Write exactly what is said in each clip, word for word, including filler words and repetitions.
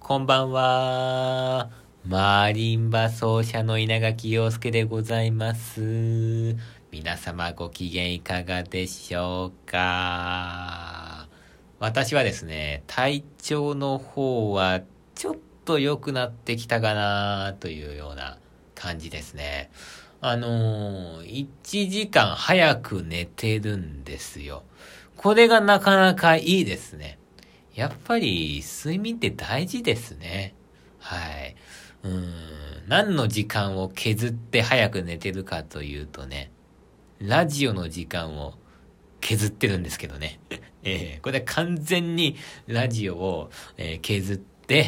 こんばんは。マリンバ奏者の稲垣陽介でございます。皆様ご機嫌いかがでしょうか。私はですね、体調の方はちょっと良くなってきたかなというような感じですね。あのー、いちじかん早く寝てるんですよ。これがなかなかいいですね。やっぱり睡眠って大事ですね。はい。うーん。何の時間を削って早く寝てるかというとね、ラジオの時間を削ってるんですけどね。えー、これは完全にラジオを、えー、削って、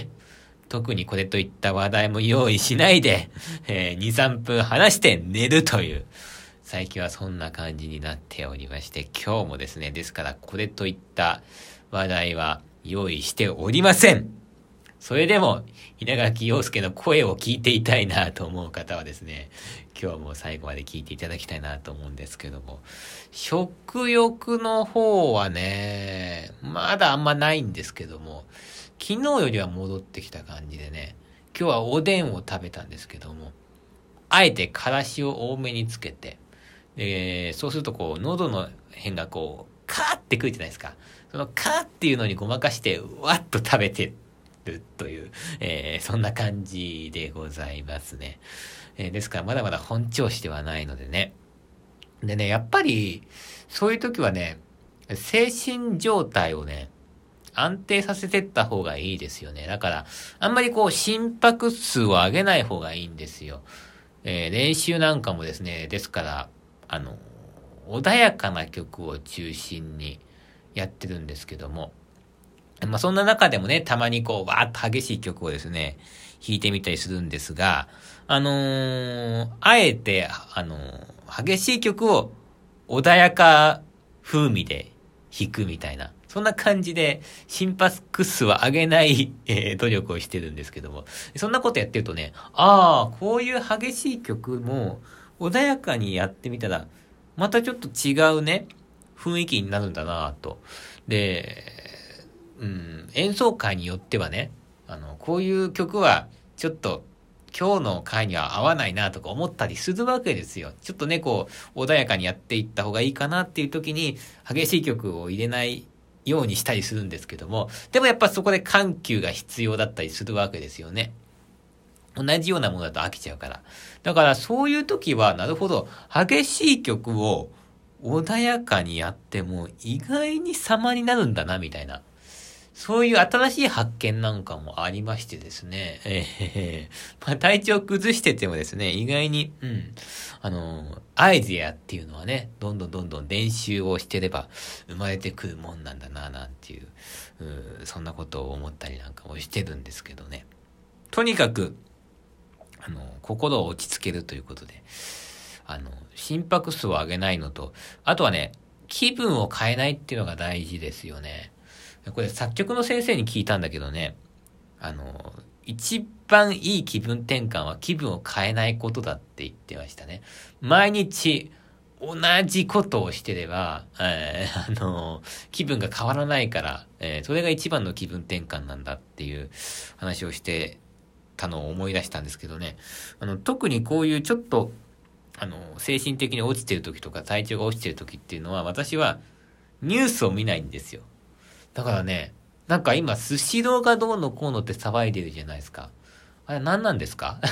特にこれといった話題も用意しないで、えー、に、さんぷん話して寝るという、最近はそんな感じになっておりまして、今日もですね、ですからこれといった話題は用意しておりません。それでも稲垣陽介の声を聞いていたいなと思う方はですね、今日も最後まで聞いていただきたいなと思うんですけども、食欲の方はね、まだあんまないんですけども、昨日よりは戻ってきた感じでね、今日はおでんを食べたんですけども、あえてからしを多めにつけて、で、そうするとこう喉の辺がこうカーってくるじゃないですか。そのカーっていうのにごまかしてわっと食べてるという、えー、そんな感じでございますね。えー、ですからまだまだ本調子ではないのでね。でね、やっぱりそういう時はね、精神状態をね、安定させてった方がいいですよね。だから、あんまりこう心拍数を上げない方がいいんですよ。えー、練習なんかもですね、ですから、あの、穏やかな曲を中心にやってるんですけども、まあそんな中でもね、たまにこう、わーっと激しい曲をですね、弾いてみたりするんですが、あのー、あえて、あのー、激しい曲を穏やか風味で弾くみたいな、そんな感じで心拍数は上げない、えー、努力をしてるんですけども、そんなことやってるとね、ああ、こういう激しい曲も穏やかにやってみたら、またちょっと違うね、雰囲気になるんだなと。で、うん、演奏会によってはね、あの、こういう曲はちょっと今日の回には合わないなとか思ったりするわけですよ。ちょっとね、こう、穏やかにやっていった方がいいかなっていう時に、激しい曲を入れないようにしたりするんですけども、でもやっぱそこで緩急が必要だったりするわけですよね。同じようなものだと飽きちゃうから。だからそういう時は、なるほど、激しい曲を穏やかにやっても意外に様になるんだな、みたいな。そういう新しい発見なんかもありましてですね。えー、まあ、体調崩しててもですね、意外に、うん、あの、アイデアっていうのはね、どんどんどんどん練習をしてれば生まれてくるもんなんだな、なんていう、うそんなことを思ったりなんかもしてるんですけどね。とにかく、あの、心を落ち着けるということで、あの、心拍数を上げないのと、あとはね、気分を変えないっていうのが大事ですよね。これ作曲の先生に聞いたんだけどね、あの、一番いい気分転換は気分を変えないことだって言ってましたね。毎日同じことをしてれば、えー、あの、気分が変わらないから、えー、それが一番の気分転換なんだっていう話をしてたのを思い出したんですけどね。あの、特にこういうちょっと、あの、精神的に落ちてる時とか体調が落ちてる時っていうのは、私はニュースを見ないんですよ。だからね、なんか今、スシローがどうのこうのって騒いでるじゃないですか。あれ何なんですか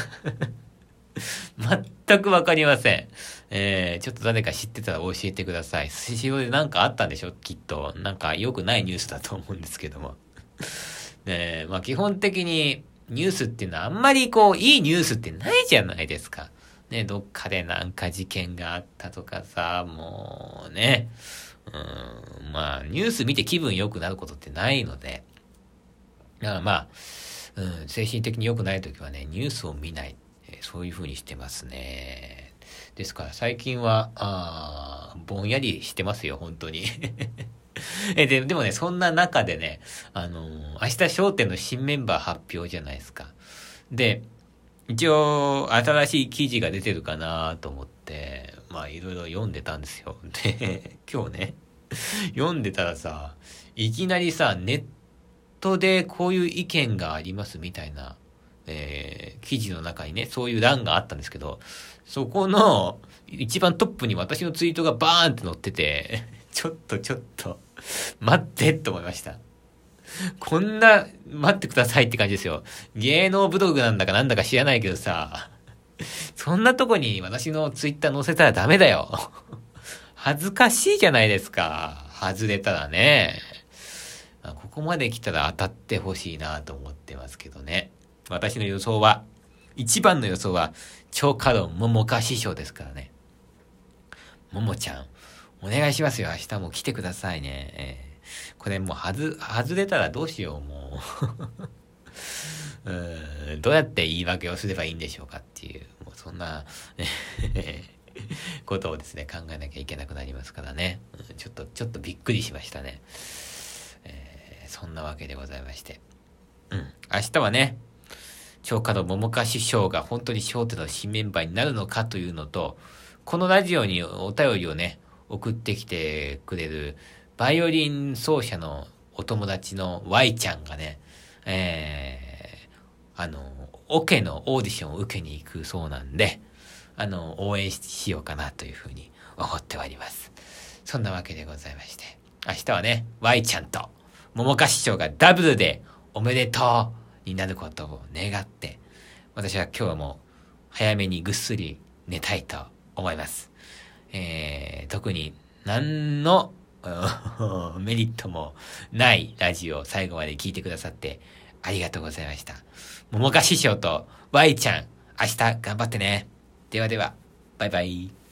全くわかりません。えー、ちょっと誰か知ってたら教えてください。スシローでなんかあったんでしょきっと。なんか良くないニュースだと思うんですけども。ねえ、まあ基本的にニュースっていうのはあんまりこう、いいニュースってないじゃないですか。ね、どっかでなんか事件があったとかさ、もうね。うん、まあ、ニュース見て気分良くなることってないので、だからまあ、うん、精神的に良くないときはね、ニュースを見ない、えー、そういう風にしてますね。ですから最近は、あぼんやりしてますよ、本当に。えで。でもね、そんな中でね、あのー、明日笑点の新メンバー発表じゃないですか。で、一応、新しい記事が出てるかなと思って、まあ、いろいろ読んでたんですよ。で、今日ね、読んでたらさ、いきなりさ、ネットでこういう意見がありますみたいな、えー、記事の中にね、そういう欄があったんですけど、そこの一番トップに私のツイートがバーンって載ってて、ちょっとちょっと、待ってと思いました。こんな、待ってくださいって感じですよ。芸能ブログなんだかなんだか知らないけどさ、そんなとこに私のツイッター載せたらダメだよ。恥ずかしいじゃないですか。外れたらね。ここまで来たら当たってほしいなと思ってますけどね。私の予想は、一番の予想は、超過論桃花師匠ですからね。ももちゃん、お願いしますよ。明日も来てくださいね。えーこれもうはず、外れたらどうしよう、もう。うーん、どうやって言い訳をすればいいんでしょうかっていう、もうそんな、ことをですね、考えなきゃいけなくなりますからね。うん、ちょっと、ちょっとびっくりしましたね。えー、そんなわけでございまして。うん、明日はね、超過の桃花師匠が本当に笑点の新メンバーになるのかというのと、このラジオにお便りをね、送ってきてくれる、バイオリン奏者のお友達の Y ちゃんがね、えー、あの、オケのオーディションを受けに行くそうなんで、あの、応援しようかなというふうに思っております。そんなわけでございまして、明日はね、Y ちゃんと桃花師匠がダブルでおめでとうになることを願って、私は今日も早めにぐっすり寝たいと思います。えー、特に何のメリットもないラジオを最後まで聞いてくださってありがとうございました。桃花師匠と Y ちゃん、明日頑張ってね。ではでは、バイバイ。